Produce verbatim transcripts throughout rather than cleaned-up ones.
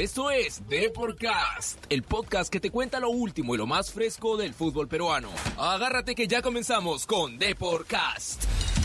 Esto es Deporcast, el podcast que te cuenta lo último y lo más fresco del fútbol peruano. Agárrate que ya comenzamos con Deporcast.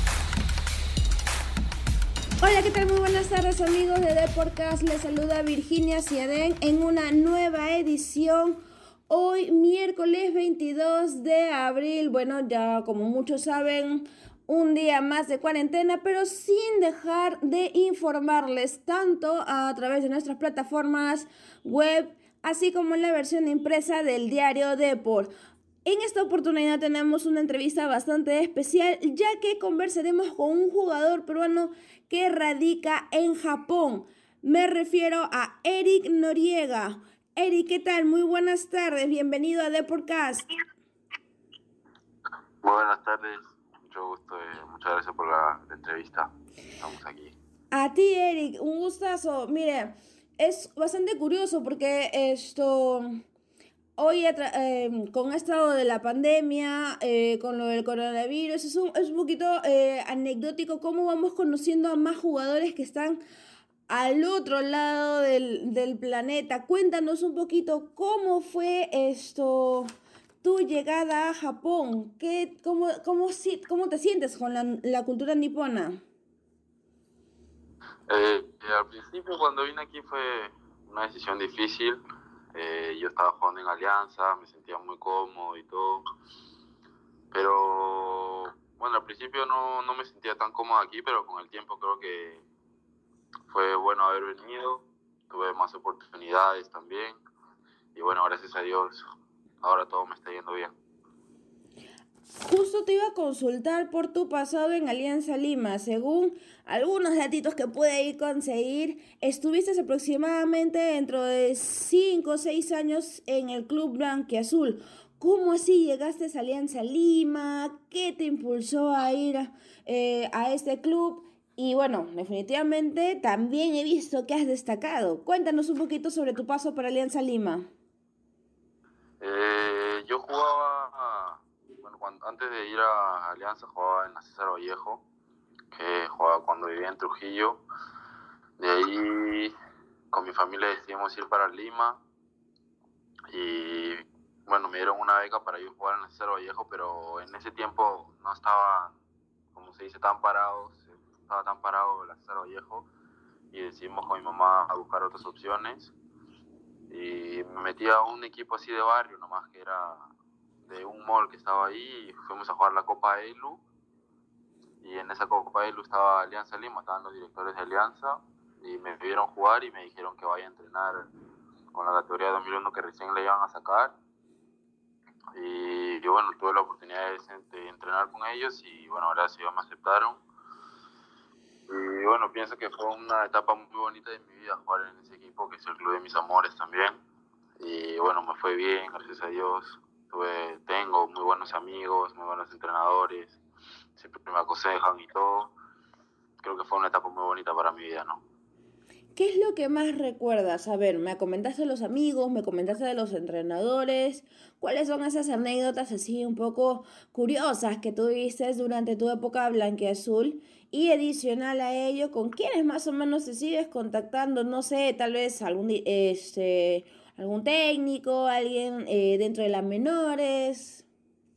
Hola, ¿qué tal? Muy buenas tardes, amigos de Deporcast. Les saluda Virginia Ciadén en una nueva edición. Hoy, miércoles veintidós de abril. Bueno, ya como muchos saben, un día más de cuarentena, pero sin dejar de informarles tanto a través de nuestras plataformas web, así como en la versión impresa del diario Deport. En esta oportunidad tenemos una entrevista bastante especial, ya que conversaremos con un jugador peruano que radica en Japón. Me refiero a Eric Noriega. Eric, ¿qué tal? Muy buenas tardes, bienvenido a Deporcast. Muy buenas tardes, mucho gusto, eh, muchas gracias por la, la entrevista. Estamos aquí. A ti, Eric, un gustazo. Mire, es bastante curioso porque esto... Hoy, eh, con esto de la pandemia, eh, con lo del coronavirus, es un, es un poquito eh, anecdótico cómo vamos conociendo a más jugadores que están al otro lado del, del planeta. Cuéntanos un poquito cómo fue esto, tu llegada a Japón. ¿Qué, cómo, cómo, cómo te sientes con la, la cultura nipona? Eh, al principio, cuando vine aquí, fue una decisión difícil. Eh, yo estaba jugando en Alianza, me sentía muy cómodo y todo, pero bueno, al principio no, no me sentía tan cómodo aquí, pero con el tiempo creo que fue bueno haber venido, tuve más oportunidades también, y bueno, gracias a Dios, ahora todo me está yendo bien. Justo te iba a consultar por tu pasado en Alianza Lima. Según algunos datitos que pude ir conseguir, estuviste aproximadamente dentro de cinco o seis años en el club blanquiazul. ¿Cómo así llegaste a Alianza Lima? ¿Qué te impulsó a ir eh, a este club? Y bueno, definitivamente también he visto que has destacado. Cuéntanos un poquito sobre tu paso por Alianza Lima. Eh, yo jugaba... Bueno, cuando, antes de ir a Alianza jugaba en la César Vallejo, que jugaba cuando vivía en Trujillo. De ahí con mi familia decidimos ir para Lima y bueno, me dieron una beca para ir a jugar en la César Vallejo, pero en ese tiempo no estaba, como se dice, tan parado, estaba tan parado la César Vallejo y decidimos con mi mamá a buscar otras opciones y me metí a un equipo así de barrio nomás, que era de un mall que estaba ahí, y fuimos a jugar la Copa Elu, y en esa Copa Elu estaba Alianza Lima, estaban los directores de Alianza, y me vieron jugar y me dijeron que vaya a entrenar con la categoría dos mil uno que recién le iban a sacar, y yo bueno, tuve la oportunidad de, de entrenar con ellos, y bueno, gracias a Dios me aceptaron, y bueno, pienso que fue una etapa muy bonita de mi vida jugar en ese equipo, que es el club de mis amores también, y bueno, me fue bien, gracias a Dios. Tuve, tengo muy buenos amigos, muy buenos entrenadores, siempre me aconsejan y todo. Creo que fue una etapa muy bonita para mi vida, ¿no? ¿Qué es lo que más recuerdas? A ver, me comentaste de los amigos, me comentaste de los entrenadores. ¿Cuáles son esas anécdotas así un poco curiosas que tuviste durante tu época blanquiazul? Y adicional a ello, ¿con quiénes más o menos te sigues contactando? No sé, tal vez algún este algún técnico, alguien eh, dentro de las menores.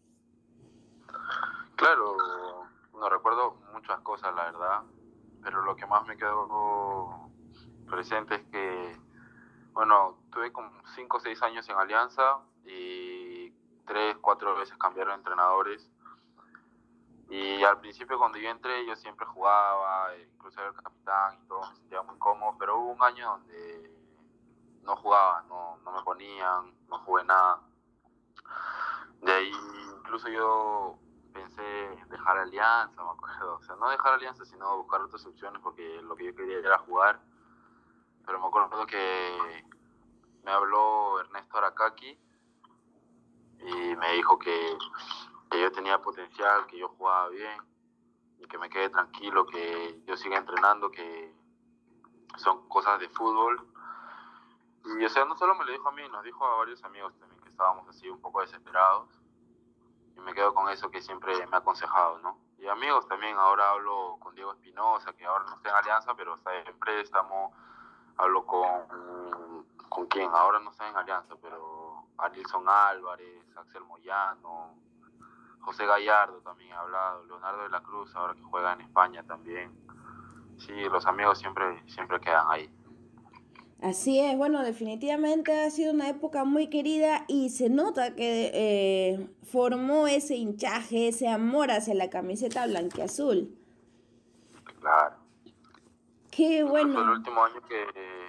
Claro, no recuerdo muchas cosas, la verdad, pero lo que más me quedó presente es que, bueno, tuve como cinco o seis años en Alianza y tres, cuatro veces cambiaron de entrenadores. Y al principio cuando yo entré yo siempre jugaba, incluso era el capitán y todo, me sentía muy cómodo, pero hubo un año donde no jugaba, no, no me ponían, no jugué nada. De ahí incluso yo pensé dejar Alianza, me acuerdo. O sea, no dejar Alianza, sino buscar otras opciones porque lo que yo quería era jugar. Pero me acuerdo que me habló Ernesto Aracaki y me dijo que, que yo tenía potencial, que yo jugaba bien y que me quede tranquilo, que yo siga entrenando, que son cosas de fútbol. Y o sea, no solo me lo dijo a mí, nos dijo a varios amigos también que estábamos así un poco desesperados. Y me quedo con eso que siempre me ha aconsejado, ¿no? Y amigos también, ahora hablo con Diego Espinosa, que ahora no está en Alianza, pero está en préstamo. hablo con, ¿con quién? Ahora no está en Alianza, pero Arilson Álvarez, Axel Moyano, José Gallardo también he hablado, Leonardo de la Cruz, ahora que juega en España también. Sí, los amigos siempre, siempre quedan ahí. Así es, bueno, definitivamente ha sido una época muy querida y se nota que eh, formó ese hinchaje, ese amor hacia la camiseta blanquiazul. Claro. Qué Incluso el bueno. último año que,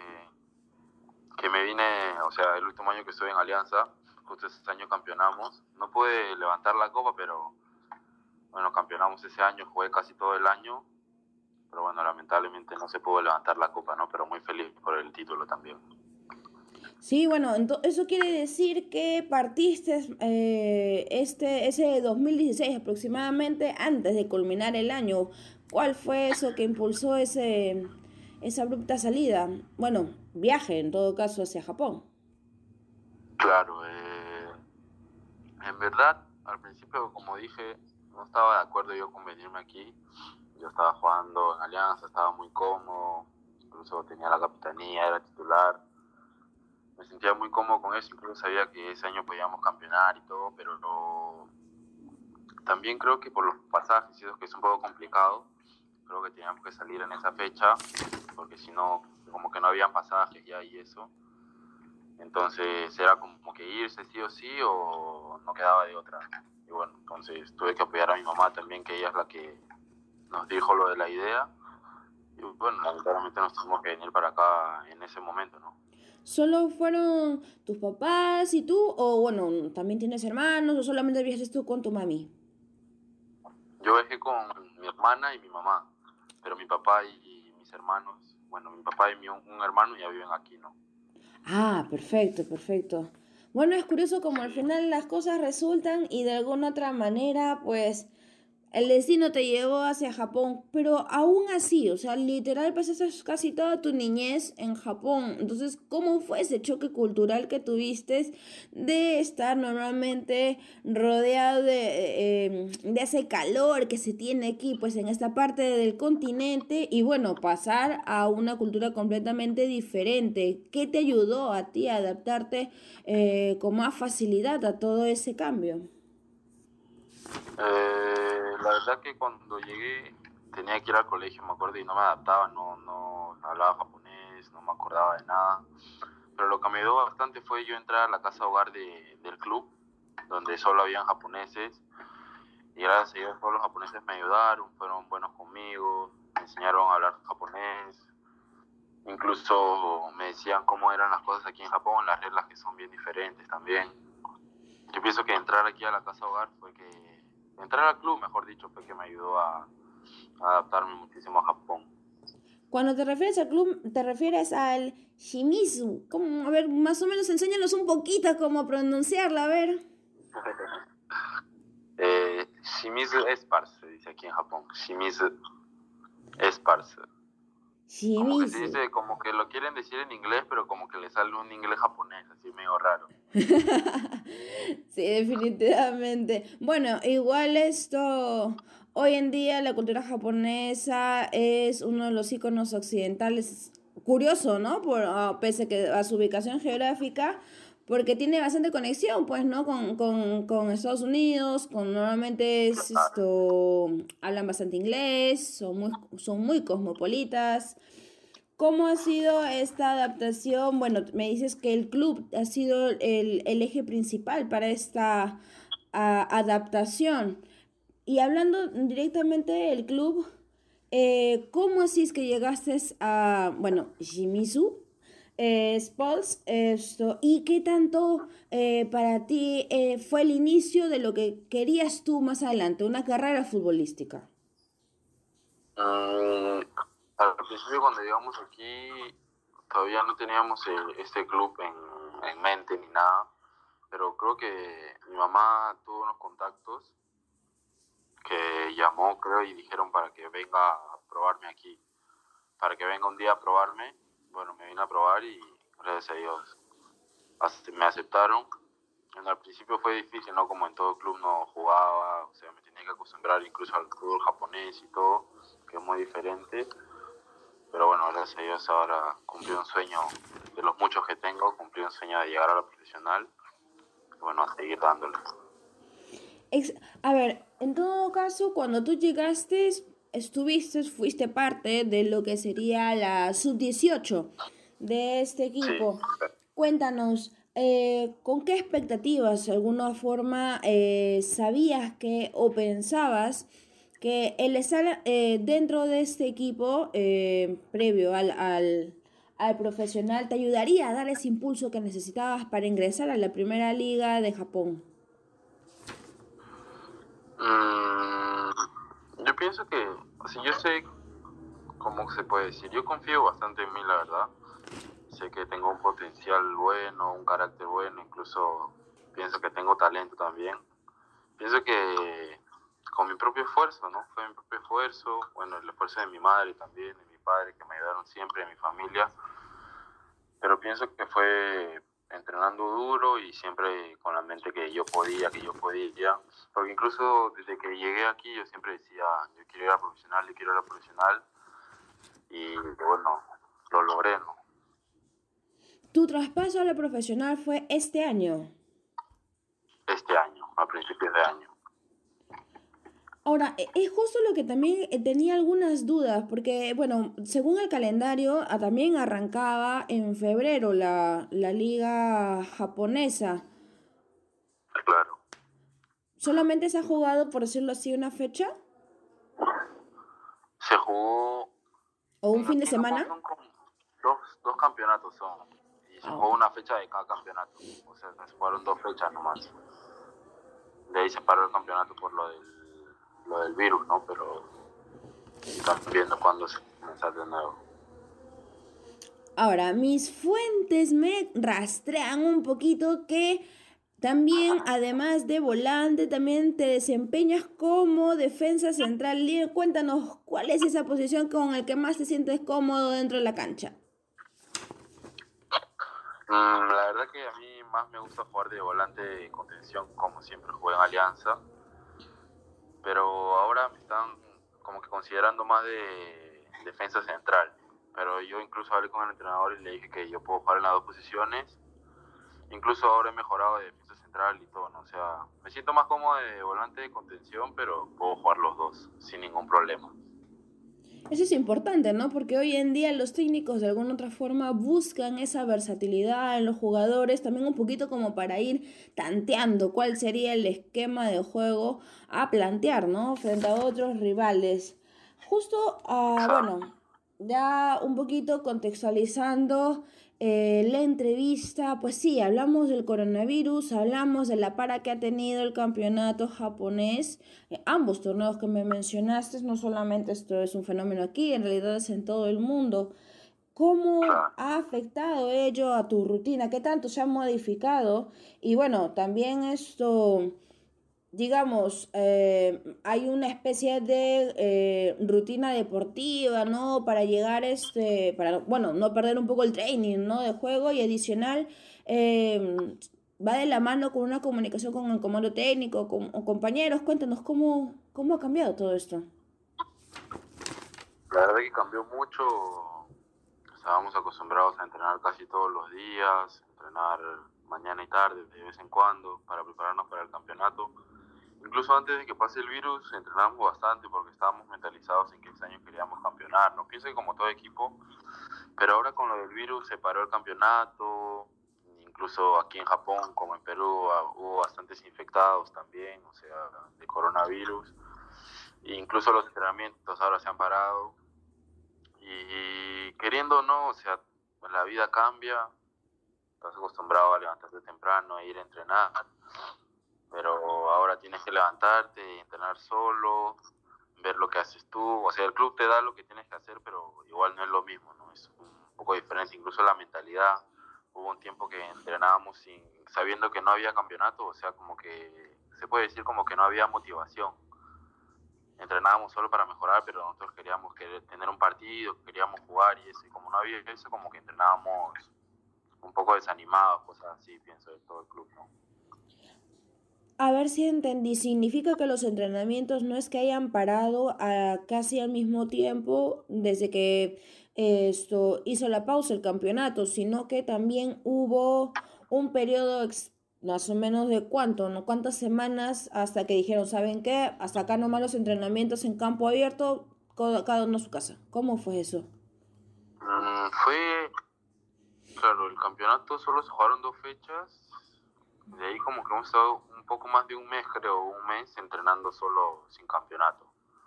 que me vine, o sea, el último año que estuve en Alianza, justo ese año campeonamos. No pude levantar la copa, pero bueno, campeonamos ese año, jugué casi todo el año. Pero bueno, lamentablemente no se pudo levantar la copa, ¿no? Pero muy feliz por el título también. Sí, bueno, ento- eso quiere decir que partiste eh, este, ese dos mil dieciséis aproximadamente antes de culminar el año. ¿Cuál fue eso que impulsó ese, esa abrupta salida? Bueno, viaje en todo caso hacia Japón. Claro, eh, en verdad, al principio, como dije, no estaba de acuerdo yo con venirme aquí. Yo estaba jugando en Alianza, estaba muy cómodo, incluso tenía la capitanía, era titular. Me sentía muy cómodo con eso, incluso sabía que ese año podíamos campeonar y todo, pero no... también creo que por los pasajes y eso que es un poco complicado, creo que teníamos que salir en esa fecha, porque si no, como que no habían pasajes ya y eso. Entonces era como que irse sí o sí o no quedaba de otra. Y bueno, entonces tuve que apoyar a mi mamá también, que ella es la que nos dijo lo de la idea. Y bueno, lamentablemente nos tuvimos que venir para acá en ese momento, ¿no? ¿Solo fueron tus papás y tú? O bueno, ¿también tienes hermanos o solamente viajaste tú con tu mami? Yo viajé con mi hermana y mi mamá, pero mi papá y mis hermanos, bueno, mi papá y mi un, un hermano ya viven aquí, ¿no? Ah, perfecto, perfecto. Bueno, es curioso como al Sí. final las cosas resultan y de alguna otra manera, pues, el destino te llevó hacia Japón, pero aún así, o sea, literal pasaste casi toda tu niñez en Japón. Entonces, ¿cómo fue ese choque cultural que tuviste de estar normalmente rodeado de, eh, de ese calor que se tiene aquí, pues en esta parte del continente, y bueno, pasar a una cultura completamente diferente? ¿Qué te ayudó a ti a adaptarte eh, con más facilidad a todo ese cambio? Eh, la verdad que cuando llegué tenía que ir al colegio, me acuerdo, y no me adaptaba, no, no hablaba japonés, no me acordaba de nada. Pero lo que me ayudó bastante fue yo entrar a la casa hogar de, del club, donde solo habían japoneses. Y gracias a Dios todos los japoneses me ayudaron, fueron buenos conmigo, me enseñaron a hablar japonés. Incluso me decían cómo eran las cosas aquí en Japón, las reglas que son bien diferentes también. Yo pienso que entrar aquí a la casa hogar fue que... Entrar al club, mejor dicho, fue que me ayudó a, a adaptarme muchísimo a Japón. Cuando te refieres al club, te refieres al Shimizu. ¿Cómo? A ver, más o menos enséñanos un poquito cómo pronunciarla, a ver. eh, Shimizu Espars se dice aquí en Japón. Shimizu Espars. Como que se Shimizu. dice, como que lo quieren decir en inglés, pero como que le sale un inglés japonés, así medio raro. Sí, definitivamente. Bueno, igual esto, hoy en día la cultura japonesa es uno de los iconos occidentales, curioso, ¿no? Por, ah, pese que a su ubicación geográfica, porque tiene bastante conexión, pues, ¿no? Con, con, con Estados Unidos, con normalmente es esto, hablan bastante inglés, son muy, son muy cosmopolitas. ¿Cómo ha sido esta adaptación? Bueno, me dices que el club ha sido el, el eje principal para esta ah, adaptación. Y hablando directamente del club, eh, ¿cómo así es que llegaste a, bueno, Shimizu eh, Sports, esto, y qué tanto eh, para ti eh, fue el inicio de lo que querías tú más adelante, una carrera futbolística? Mm, al principio cuando llegamos aquí todavía no teníamos eh, este club en, en mente ni nada, pero creo que mi mamá tuvo unos contactos que llamó, creo, y dijeron para que venga a probarme aquí, para que venga un día a probarme. Bueno, me vine a probar y gracias a Dios me aceptaron. En al principio fue difícil, ¿no? Como en todo club no jugaba, o sea, me tenía que acostumbrar incluso al fútbol japonés y todo, que es muy diferente. pero bueno, gracias a Dios ahora cumplí un sueño de los muchos que tengo, cumplí un sueño de llegar a la profesional y bueno, a seguir dándole. Ex- A ver, en todo caso, cuando tú llegaste, estuviste, fuiste parte de lo que sería la sub dieciocho de este Sí, equipo. Cuéntanos, eh, ¿con qué expectativas, de alguna forma, eh, sabías que o pensabas que el estar eh, dentro de este equipo, eh, previo al, al, al profesional, te ayudaría a dar ese impulso que necesitabas para ingresar a la primera liga de Japón? Mm, yo pienso que, o sea, yo sé, ¿cómo se puede decir? Yo confío bastante en mí, la verdad. Sé que tengo un potencial bueno, un carácter bueno, incluso pienso que tengo talento también. Pienso que con mi propio esfuerzo, ¿no? Fue mi propio esfuerzo, bueno, el esfuerzo de mi madre también, de mi padre, que me ayudaron siempre, de mi familia. Pero pienso que fue entrenando duro y siempre con la mente que yo podía, que yo podía. Porque incluso desde que llegué aquí yo siempre decía, yo quiero ir a profesional, yo quiero ir a profesional. Y bueno, lo logré, ¿no? Tu traspaso a la profesional fue este año. Este año, a principios de año. Ahora, e- es justo lo que también eh, tenía algunas dudas, porque, bueno, según el calendario, ah, también arrancaba en febrero la, la liga japonesa. Claro. ¿Solamente se ha jugado, por decirlo así, una fecha Se jugó, o un en, fin de en Japón semana? son como dos, dos campeonatos son, y se Ah, jugó ok. una fecha de cada campeonato. O sea, se jugaron dos fechas nomás. De ahí se paró el campeonato por lo del, lo del virus, ¿no? Pero están viendo cuándo se comenzar de nuevo. Ahora, mis fuentes me rastrean un poquito que también, además de volante, también te desempeñas como defensa central. Li- Cuéntanos cuál es esa posición con la que más te sientes cómodo dentro de la cancha. Mm, la verdad que a mí más me gusta jugar de volante de contención, como siempre jugué en Alianza. Pero ahora me están como que considerando más de defensa central. Pero yo incluso hablé con el entrenador y le dije que yo puedo jugar en las dos posiciones. Incluso ahora he mejorado de defensa central y todo, ¿no? O sea, me siento más cómodo de volante de contención, pero puedo jugar los dos sin ningún problema. Eso es importante, ¿no? Porque hoy en día los técnicos de alguna otra forma buscan esa versatilidad en los jugadores, también un poquito como para ir tanteando cuál sería el esquema de juego a plantear, ¿no? Frente a otros rivales. Justo, ah, Exacto. bueno, ya un poquito contextualizando eh, la entrevista, pues sí, hablamos del coronavirus, hablamos de la para que ha tenido el campeonato japonés, eh, ambos torneos que me mencionaste, no solamente esto es un fenómeno aquí, en realidad es en todo el mundo. ¿Cómo Claro. ha afectado ello a tu rutina? ¿Qué tanto se ha modificado? Y bueno, también esto, digamos, eh, hay una especie de eh, rutina deportiva, ¿no? Para llegar, este, para, bueno, no perder un poco el training, ¿no? De juego y adicional, eh, va de la mano con una comunicación con el comando técnico, con, o compañeros. Cuéntanos cómo, cómo ha cambiado todo esto. La verdad que cambió mucho. Estábamos acostumbrados a entrenar casi todos los días, entrenar mañana y tarde, de vez en cuando, para prepararnos para el campeonato. Incluso antes de que pase el virus, entrenábamos bastante porque estábamos mentalizados en que este año queríamos campeonar. No pienso que como todo equipo, pero ahora con lo del virus se paró el campeonato. Incluso aquí en Japón, como en Perú, hubo bastantes infectados también, o sea, de coronavirus. E incluso los entrenamientos ahora se han parado. Y queriendo o no, o sea, la vida cambia. Estás acostumbrado a levantarte temprano, a ir a entrenar, pero ahora tienes que levantarte y entrenar solo, ver lo que haces tú. O sea, el club te da lo que tienes que hacer, pero igual no es lo mismo, ¿no? Es un poco diferente, incluso la mentalidad. Hubo un tiempo que entrenábamos sin, sabiendo que no había campeonato, o sea, como que se puede decir como que no había motivación. Entrenábamos solo para mejorar, pero nosotros queríamos querer tener un partido, queríamos jugar y eso, y como no había eso, como que entrenábamos un poco desanimados, cosas así, pienso, de todo el club, ¿no? A ver si entendí. Significa que los entrenamientos no es que hayan parado a casi al mismo tiempo desde que esto hizo la pausa el campeonato, sino que también hubo un periodo ex- más o menos de cuánto, ¿no? Cuántas semanas hasta que dijeron, ¿saben qué? Hasta acá nomás los entrenamientos en campo abierto, co- cada uno a su casa. ¿Cómo fue eso? Mm, fue, claro, el campeonato solo se jugaron dos fechas. De ahí como que hemos estado un poco más de un mes, creo, un mes entrenando solo sin campeonato.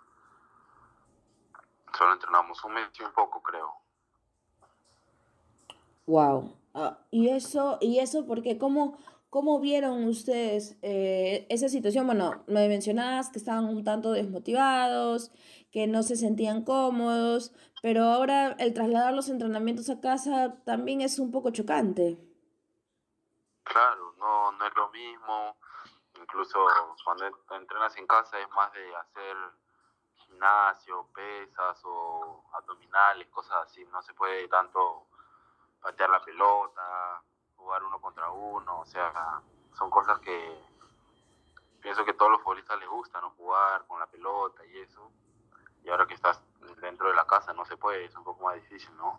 Solo entrenamos un mes y un poco, creo. Wow. Ah, y eso, y eso porque cómo, cómo vieron ustedes eh, esa situación. Bueno, me mencionabas que estaban un tanto desmotivados, que no se sentían cómodos, pero ahora el trasladar los entrenamientos a casa también es un poco chocante. Claro, no, no es lo mismo. Incluso cuando entrenas en casa es más de hacer gimnasio, pesas o abdominales, cosas así. No se puede tanto patear la pelota, jugar uno contra uno. O sea, son cosas que pienso que a todos los futbolistas les gusta, ¿no? Jugar con la pelota y eso. Y ahora que estás dentro de la casa no se puede, es un poco más difícil, ¿no?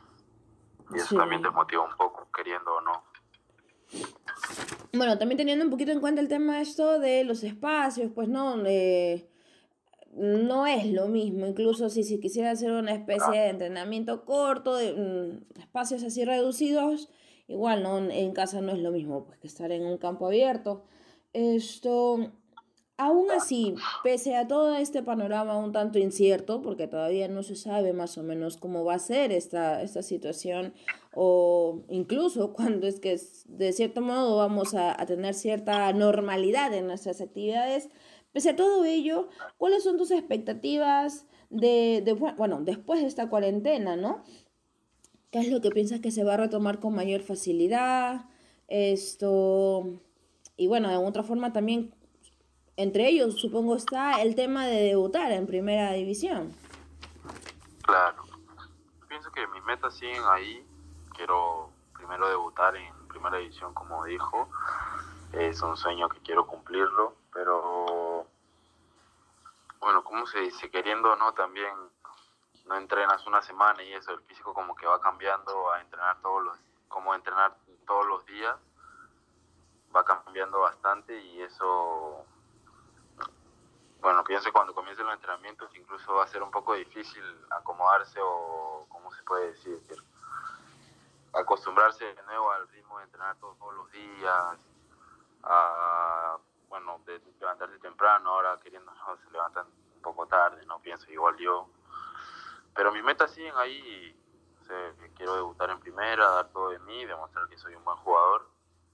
Y eso también te Sí. motiva un poco, queriendo o no. Bueno, también teniendo un poquito en cuenta el tema esto de los espacios, pues no, Eh, no es lo mismo, incluso si se quisiera hacer una especie de entrenamiento corto, de mm, espacios así reducidos, igual no en casa no es lo mismo pues que estar en un campo abierto. Esto, aún así, pese a todo este panorama un tanto incierto, porque todavía no se sabe más o menos cómo va a ser esta, esta situación, o incluso cuando es que es- de cierto modo vamos a, a tener cierta normalidad en nuestras actividades, pese a todo ello, ¿cuáles son tus expectativas de, de, bu- bueno, después de esta cuarentena, ¿no? ¿Qué es lo que piensas que se va a retomar con mayor facilidad? Esto, y bueno, de otra forma también, entre ellos supongo está el tema de debutar en primera división. Claro. Pienso que mis metas siguen ahí. Quiero primero debutar en primera división, como dijo. Es un sueño que quiero cumplirlo, pero bueno, como se dice, queriendo o no, también no entrenas una semana y eso, el físico como que va cambiando a entrenar todos los, como entrenar todos los días, va cambiando bastante y eso, bueno, pienso que cuando comiencen los entrenamientos incluso va a ser un poco difícil acomodarse o, ¿cómo se puede decir? Acostumbrarse de nuevo al ritmo de entrenar todos, todos los días, a, bueno, de levantarse temprano, ahora queriendo, no, se levantan un poco tarde, no pienso igual yo. Pero mis metas siguen ahí y o sea, quiero debutar en primera, dar todo de mí, demostrar que soy un buen jugador.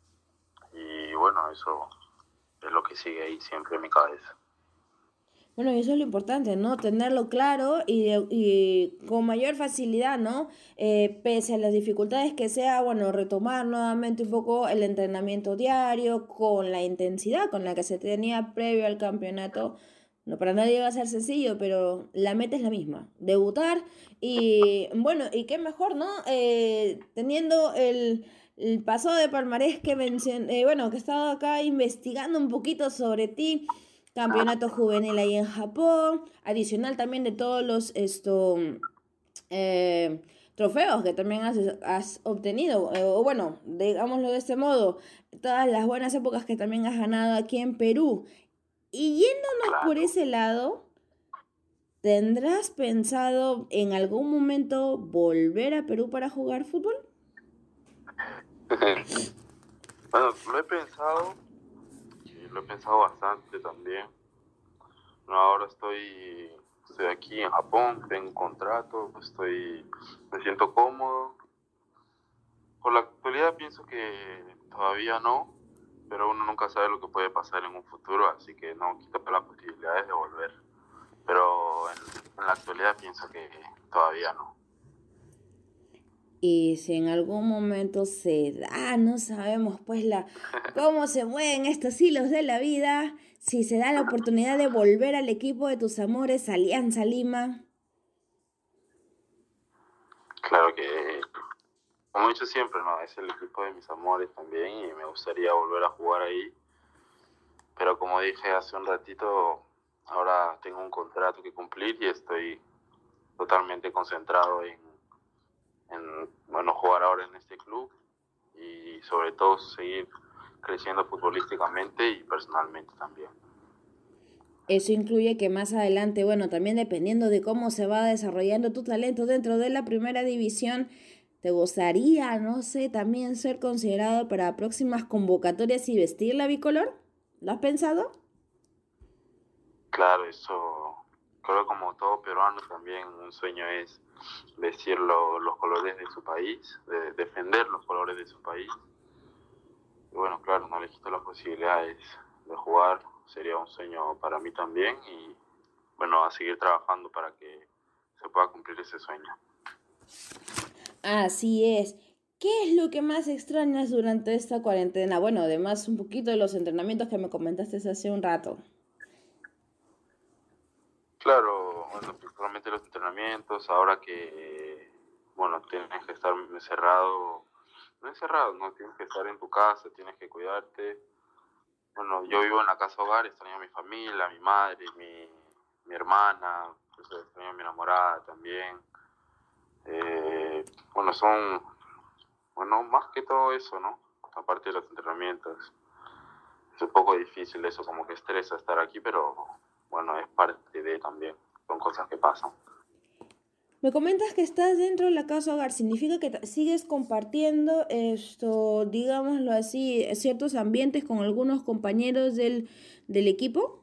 Y bueno, eso es lo que sigue ahí siempre en mi cabeza. Bueno, y eso es lo importante, ¿no? Tenerlo claro y, de- y con mayor facilidad, ¿no? Eh, pese a las dificultades que sea, bueno, retomar nuevamente un poco el entrenamiento diario con la intensidad con la que se tenía previo al campeonato. No, para nadie va a ser sencillo, pero la meta es la misma, debutar y bueno, y qué mejor, ¿no? Eh, teniendo el, el paso de palmarés que mencioné, bueno, que he estado acá investigando un poquito sobre ti. Campeonato juvenil ahí en Japón, adicional también de todos los esto, eh, trofeos que también has, has obtenido, eh, o bueno, digámoslo de este modo, todas las buenas épocas que también has ganado aquí en Perú. Y yéndonos por Claro. ese lado, ¿tendrás pensado en algún momento volver a Perú para jugar fútbol? Bueno, lo he pensado, y lo he pensado bastante también. No, ahora estoy, estoy aquí en Japón, tengo un contrato, estoy, me siento cómodo. Por la actualidad pienso que todavía no, pero uno nunca sabe lo que puede pasar en un futuro, así que no quita las posibilidades de volver. Pero en, en la actualidad pienso que todavía no. Y si en algún momento se da, no sabemos pues la cómo se mueven estos hilos de la vida, si se da la oportunidad de volver al equipo de tus amores, Alianza Lima. Claro que, como he dicho siempre, no, es el equipo de mis amores también y me gustaría volver a jugar ahí. Pero como dije hace un ratito, ahora tengo un contrato que cumplir y estoy totalmente concentrado en, ahora en este club y sobre todo seguir creciendo futbolísticamente y personalmente también. Eso incluye que más adelante, bueno, también dependiendo de cómo se va desarrollando tu talento dentro de la primera división, ¿te gustaría, no sé, también ser considerado para próximas convocatorias y vestir la bicolor? ¿Lo has pensado? Claro, eso creo que como todo peruano también un sueño es vestir lo, los colores de su país, de defender los colores de su país. Y bueno, claro, no le quito las posibilidades de jugar, sería un sueño para mí también y bueno, a seguir trabajando para que se pueda cumplir ese sueño. Así es. ¿Qué es lo que más extrañas durante esta cuarentena? Bueno, además un poquito de los entrenamientos que me comentaste hace un rato. Claro, bueno, principalmente los entrenamientos, ahora que, bueno, tienes que estar encerrado, no encerrado, no, tienes que estar en tu casa, tienes que cuidarte. Bueno, yo vivo en la casa hogar, extraño a mi familia, a mi madre, mi, mi hermana, pues, extraño a mi enamorada también. Eh, bueno, son, bueno, más que todo eso, ¿no? Aparte de los entrenamientos. Es un poco difícil eso, como que estresa estar aquí, pero bueno, es parte de también, son cosas que pasan. Me comentas que estás dentro de la casa hogar, ¿significa que t- sigues compartiendo esto, digámoslo así, ciertos ambientes con algunos compañeros del, del equipo?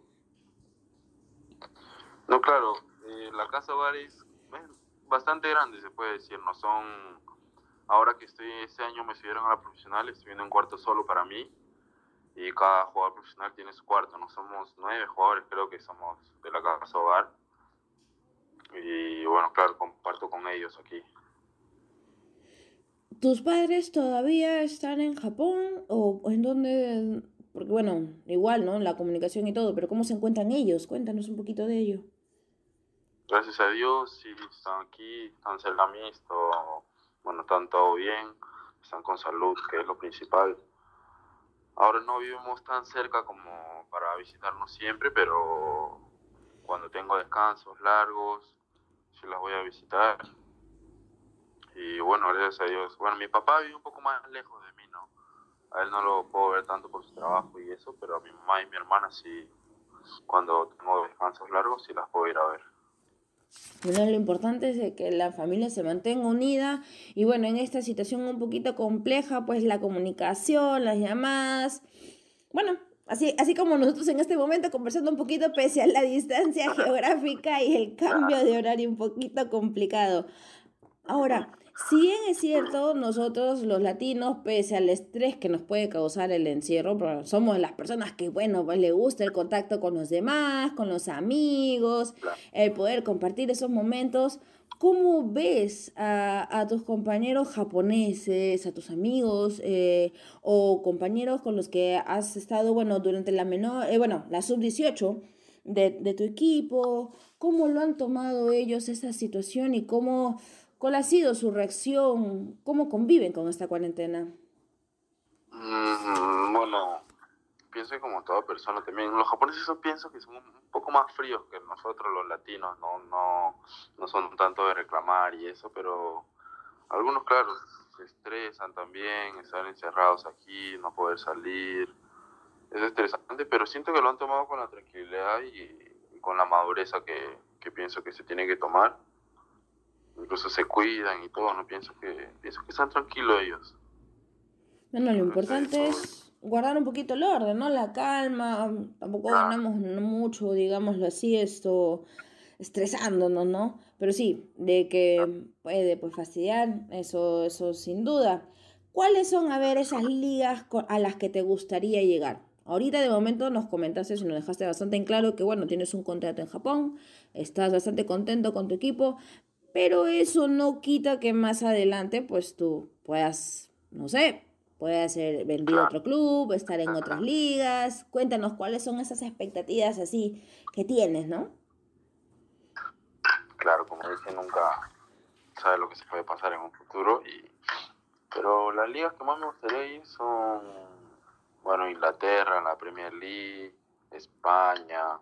No, claro, eh, la casa hogar es, es bastante grande, se puede decir, no son, ahora que estoy, este año me subieron a la profesional, estoy viendo un cuarto solo para mí, y cada jugador profesional tiene su cuarto, no somos nueve jugadores, creo que somos de la casa hogar, y bueno, claro, comparto con ellos aquí. ¿Tus padres todavía están en Japón o o en dónde? Porque bueno, igual, ¿no? La comunicación y todo, pero ¿cómo se encuentran ellos? Cuéntanos un poquito de ello. Gracias a Dios, sí, están aquí, están cerca a mí, esto, bueno, están todo bien, están con salud, que es lo principal. Ahora no vivimos tan cerca como para visitarnos siempre, pero cuando tengo descansos largos, sí las voy a visitar. Y bueno, gracias a Dios. Bueno, mi papá vive un poco más lejos de mí, ¿no? A él no lo puedo ver tanto por su trabajo y eso, pero a mi mamá y mi hermana sí, cuando tengo descansos largos, sí las puedo ir a ver. Bueno, lo importante es de que la familia se mantenga unida y bueno, en esta situación un poquito compleja, pues la comunicación, las llamadas, bueno, así, así como nosotros en este momento conversando un poquito pese a la distancia geográfica y el cambio de horario un poquito complicado. Ahora, si bien es cierto, nosotros los latinos, pese al estrés que nos puede causar el encierro, pero somos las personas que, bueno, pues le gusta el contacto con los demás, con los amigos, el poder compartir esos momentos. ¿Cómo ves a, a tus compañeros japoneses, a tus amigos eh, o compañeros con los que has estado, bueno, durante la menor, eh, bueno, la sub dieciocho de, de tu equipo? ¿Cómo lo han tomado ellos esa situación y cómo, cuál ha sido su reacción? ¿Cómo conviven con esta cuarentena? Mm, bueno, pienso que como toda persona también, los japoneses yo pienso que son un poco más fríos que nosotros los latinos, no, no, no son tanto de reclamar y eso, pero algunos, claro, se estresan también, están encerrados aquí, no poder salir, es estresante, pero siento que lo han tomado con la tranquilidad y, y con la madurez que, que pienso que se tiene que tomar, incluso se cuidan y todo, no pienso que, pienso que están tranquilos ellos. Bueno, lo Entonces, importante eso, es guardar un poquito el orden, ¿no? La calma, tampoco claro, ganamos no mucho, digámoslo así, esto, estresándonos, ¿no? Pero sí, de que puede pues fastidiar, eso, eso sin duda. ¿Cuáles son, a ver, esas ligas co- a las que te gustaría llegar? Ahorita de momento nos comentaste y nos dejaste bastante en claro que, bueno, tienes un contrato en Japón, estás bastante contento con tu equipo, pero eso no quita que más adelante, pues tú puedas, no sé, puedas ser vendido a claro. otro club, estar en otras ligas. Cuéntanos cuáles son esas expectativas así que tienes, ¿no? Claro, como dije, nunca sabe lo que se puede pasar en un futuro. Y, pero las ligas que más me gustaría ir son, bueno, Inglaterra, la Premier League, España,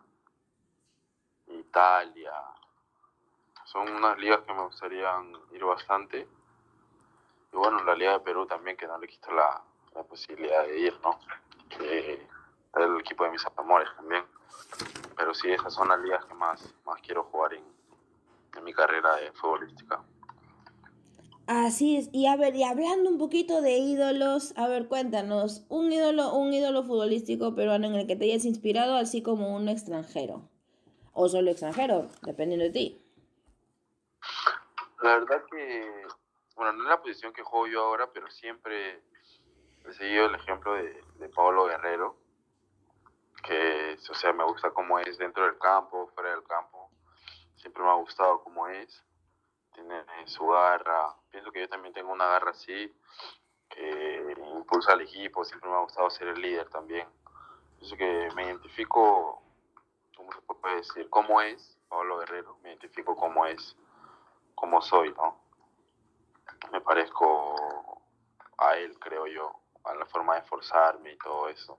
Italia. Son unas ligas que me gustaría ir bastante. y bueno, la Liga de Perú también, que no le quito la, la posibilidad de ir, ¿no? Que el equipo de mis amores también. Pero sí, esas son las ligas que más, más quiero jugar en, en mi carrera de futbolística. Así es. Y a ver, y hablando un poquito de ídolos, a ver, cuéntanos, un ídolo, un ídolo futbolístico peruano en el que te hayas inspirado, así como un extranjero. O solo extranjero, dependiendo de ti. La verdad que, bueno, no es la posición que juego yo ahora, pero siempre he seguido el ejemplo de, de Pablo Guerrero, que, o sea, me gusta cómo es dentro del campo, fuera del campo. Siempre me ha gustado cómo es. Tiene su garra. Pienso que yo también tengo una garra así, que impulsa al equipo. Siempre me ha gustado ser el líder también. Pienso que me identifico, ¿cómo se puede decir? ¿Cómo es Pablo Guerrero? Me identifico cómo es, cómo soy, ¿no? Me parezco a él, creo yo, a la forma de esforzarme y todo eso.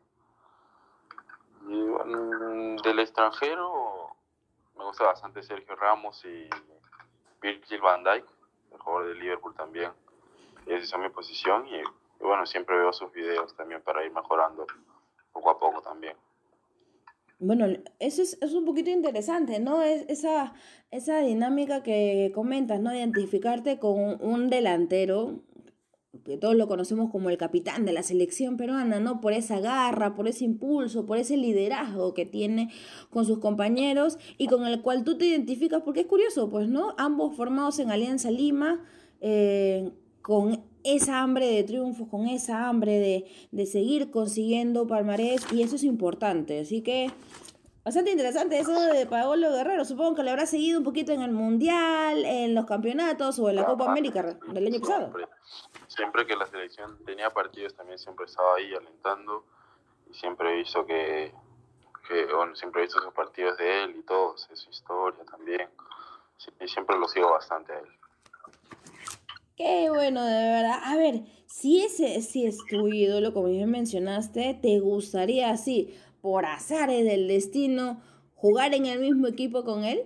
Y bueno, del extranjero me gusta bastante Sergio Ramos y Virgil van Dijk, el jugador de Liverpool también. Esa es mi posición y, y bueno, siempre veo sus videos también para ir mejorando poco a poco también. Bueno, eso es, es un poquito interesante, ¿no? Es esa, esa dinámica que comentas, ¿no? Identificarte con un delantero, que todos lo conocemos como el capitán de la selección peruana, ¿no? Por esa garra, por ese impulso, por ese liderazgo que tiene con sus compañeros y con el cual tú te identificas, porque es curioso, pues, ¿no? Ambos formados en Alianza Lima, eh, con esa hambre de triunfo, con esa hambre de, de seguir consiguiendo palmarés, y eso es importante, así que bastante interesante eso de Paolo Guerrero. Supongo que lo habrá seguido un poquito en el Mundial, en los campeonatos o en la Copa América del año pasado. Siempre, siempre que la selección tenía partidos también siempre estaba ahí alentando y siempre he visto que, que bueno, siempre he visto sus partidos de él y todo, sé su historia también. Sí, y siempre lo sigo bastante a él. Qué bueno, de verdad. A ver, si ese si es tu ídolo, como bien mencionaste, ¿te gustaría así, por azares del destino, jugar en el mismo equipo con él?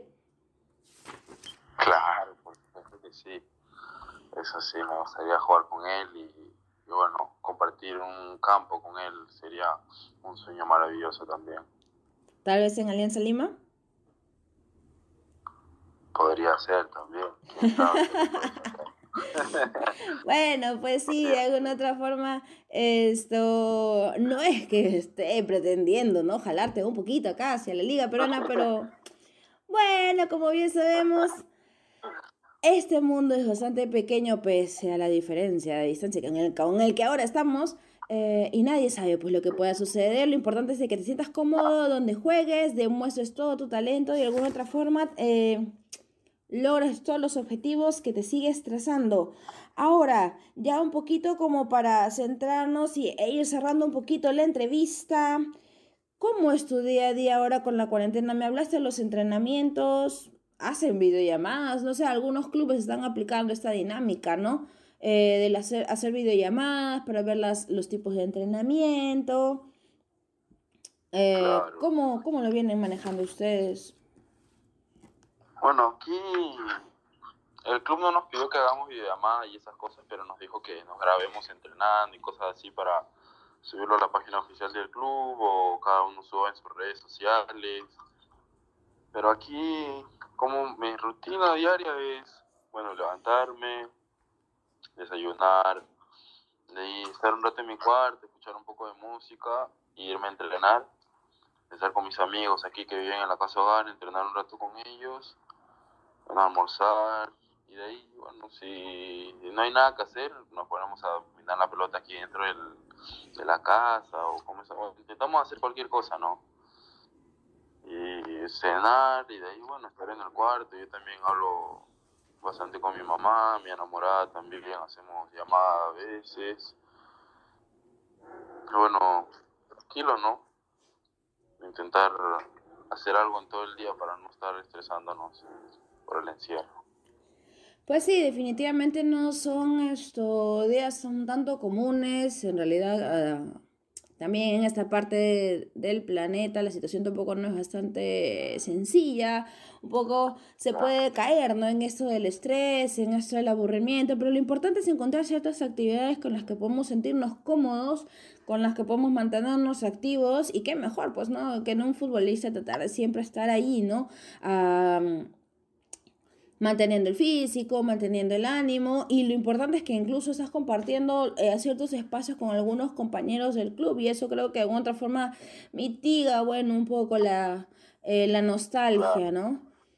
Claro, por supuesto que sí. Eso sí, me gustaría jugar con él y, y bueno, compartir un campo con él sería un sueño maravilloso también. Tal vez en Alianza Lima. Podría ser también. ¿Quién sabe? Bueno, pues sí, de alguna otra forma, esto no es que esté pretendiendo, ¿no? Jalarte un poquito acá hacia la Liga Peruana, pero bueno, como bien sabemos, este mundo es bastante pequeño pese a la diferencia de distancia con el, con el que ahora estamos, eh, y nadie sabe pues lo que pueda suceder. Lo importante es de que te sientas cómodo donde juegues, demuestres todo tu talento y de alguna otra forma eh, logres todos los objetivos que te sigues trazando. Ahora, ya un poquito como para centrarnos y, e ir cerrando un poquito la entrevista. ¿Cómo es tu día a día ahora con la cuarentena? Me hablaste de los entrenamientos, hacen videollamadas, no sé, algunos clubes están aplicando esta dinámica, ¿no? Eh, de hacer, hacer videollamadas para ver las, los tipos de entrenamiento. Eh, Claro. ¿cómo, ¿Cómo lo vienen manejando ustedes? Bueno, aquí el club no nos pidió que hagamos videollamadas y esas cosas, pero nos dijo que nos grabemos entrenando y cosas así para subirlo a la página oficial del club o cada uno suba en sus redes sociales. Pero aquí, como mi rutina diaria es, bueno, levantarme, desayunar, de ahí estar un rato en mi cuarto, escuchar un poco de música e irme a entrenar, estar con mis amigos aquí que viven en la casa hogar, entrenar un rato con ellos, bueno, almorzar, y de ahí, bueno, si no hay nada que hacer, nos ponemos a mirar la pelota aquí dentro del, de la casa o comenzamos, intentamos hacer cualquier cosa, ¿no? Y cenar y de ahí, bueno, estar en el cuarto. Yo también hablo bastante con mi mamá, mi enamorada también, hacemos llamadas a veces. Y bueno, tranquilo, ¿no? Intentar hacer algo en todo el día para no estar estresándonos por el encierro. Pues sí, definitivamente no son estos días son tanto comunes, en realidad uh, también en esta parte de, del planeta la situación tampoco no es bastante sencilla, un poco se puede caer, ¿no? En esto del estrés, en esto del aburrimiento, pero lo importante es encontrar ciertas actividades con las que podemos sentirnos cómodos, con las que podemos mantenernos activos, y qué mejor, pues, ¿no? Que en un futbolista tratar de siempre estar ahí, ¿no? Um, manteniendo el físico, manteniendo el ánimo, y lo importante es que incluso estás compartiendo eh, ciertos espacios con algunos compañeros del club, y eso creo que de alguna otra forma mitiga, bueno, un poco la, eh, la nostalgia, ¿no?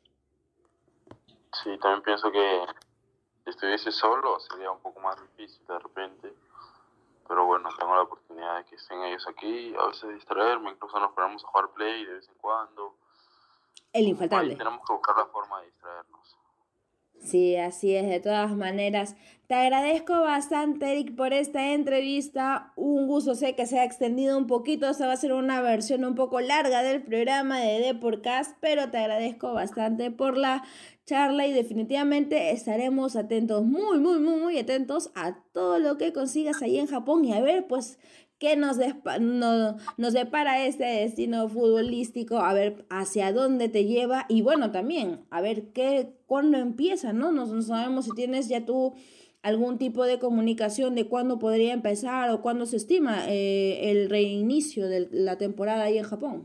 Sí, también pienso que si estuviese solo sería un poco más difícil de repente, pero bueno, tengo la oportunidad de que estén ellos aquí, a veces distraerme, incluso nos ponemos a jugar play de vez en cuando. El infaltable. Ahí tenemos que buscar la forma de distraernos. Sí, así es, de todas maneras. Te agradezco bastante, Eric, por esta entrevista. Un gusto, sé que se ha extendido un poquito. Esta va a ser una versión un poco larga del programa de Deporcast, pero te agradezco bastante por la charla y definitivamente estaremos atentos, muy, muy, muy, muy atentos a todo lo que consigas ahí en Japón, y a ver, pues, qué nos, despa- no, nos depara este destino futbolístico, a ver hacia dónde te lleva, y bueno, también a ver qué, cuándo empieza, ¿no? No, no sabemos si tienes ya tú algún tipo de comunicación de cuándo podría empezar o cuándo se estima eh, el reinicio de la temporada ahí en Japón.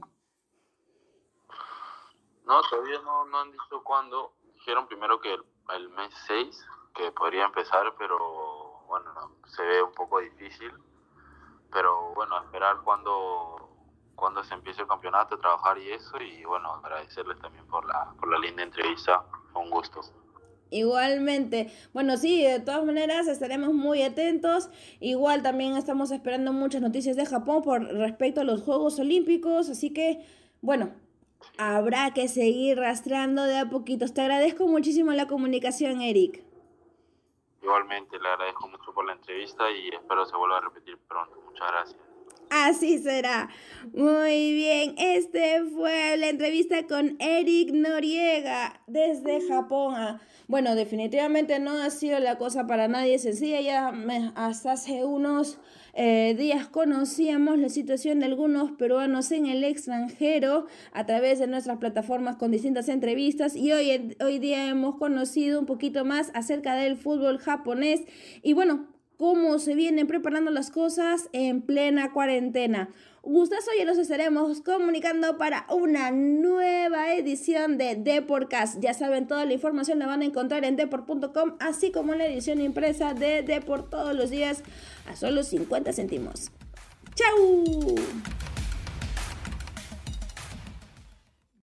No, todavía no, no han dicho cuándo. Dijeron primero que el, el mes seis, que podría empezar, pero bueno, se ve un poco difícil. Pero bueno, esperar cuando, cuando se empiece el campeonato, trabajar y eso, y bueno, agradecerles también por la, por la linda entrevista, un gusto. Igualmente, bueno, sí, de todas maneras estaremos muy atentos. Igual también estamos esperando muchas noticias de Japón por respecto a los Juegos Olímpicos, así que, bueno, habrá que seguir rastreando de a poquitos. Te agradezco muchísimo la comunicación, Eric. Igualmente, le agradezco mucho por la entrevista y espero se vuelva a repetir pronto. Muchas gracias. Así será. Muy bien, este fue la entrevista con Eric Noriega desde Japón. Bueno, definitivamente no ha sido la cosa para nadie sencilla. Ya me, hasta hace unos eh, días conocíamos la situación de algunos peruanos en el extranjero a través de nuestras plataformas con distintas entrevistas, y hoy, hoy día hemos conocido un poquito más acerca del fútbol japonés y bueno, cómo se vienen preparando las cosas en plena cuarentena. Un gustazo, y nos estaremos comunicando para una nueva edición de Deporcast. Ya saben, toda la información la van a encontrar en deport punto com, así como en la edición impresa de Deport todos los días a solo cincuenta céntimos. ¡Chau!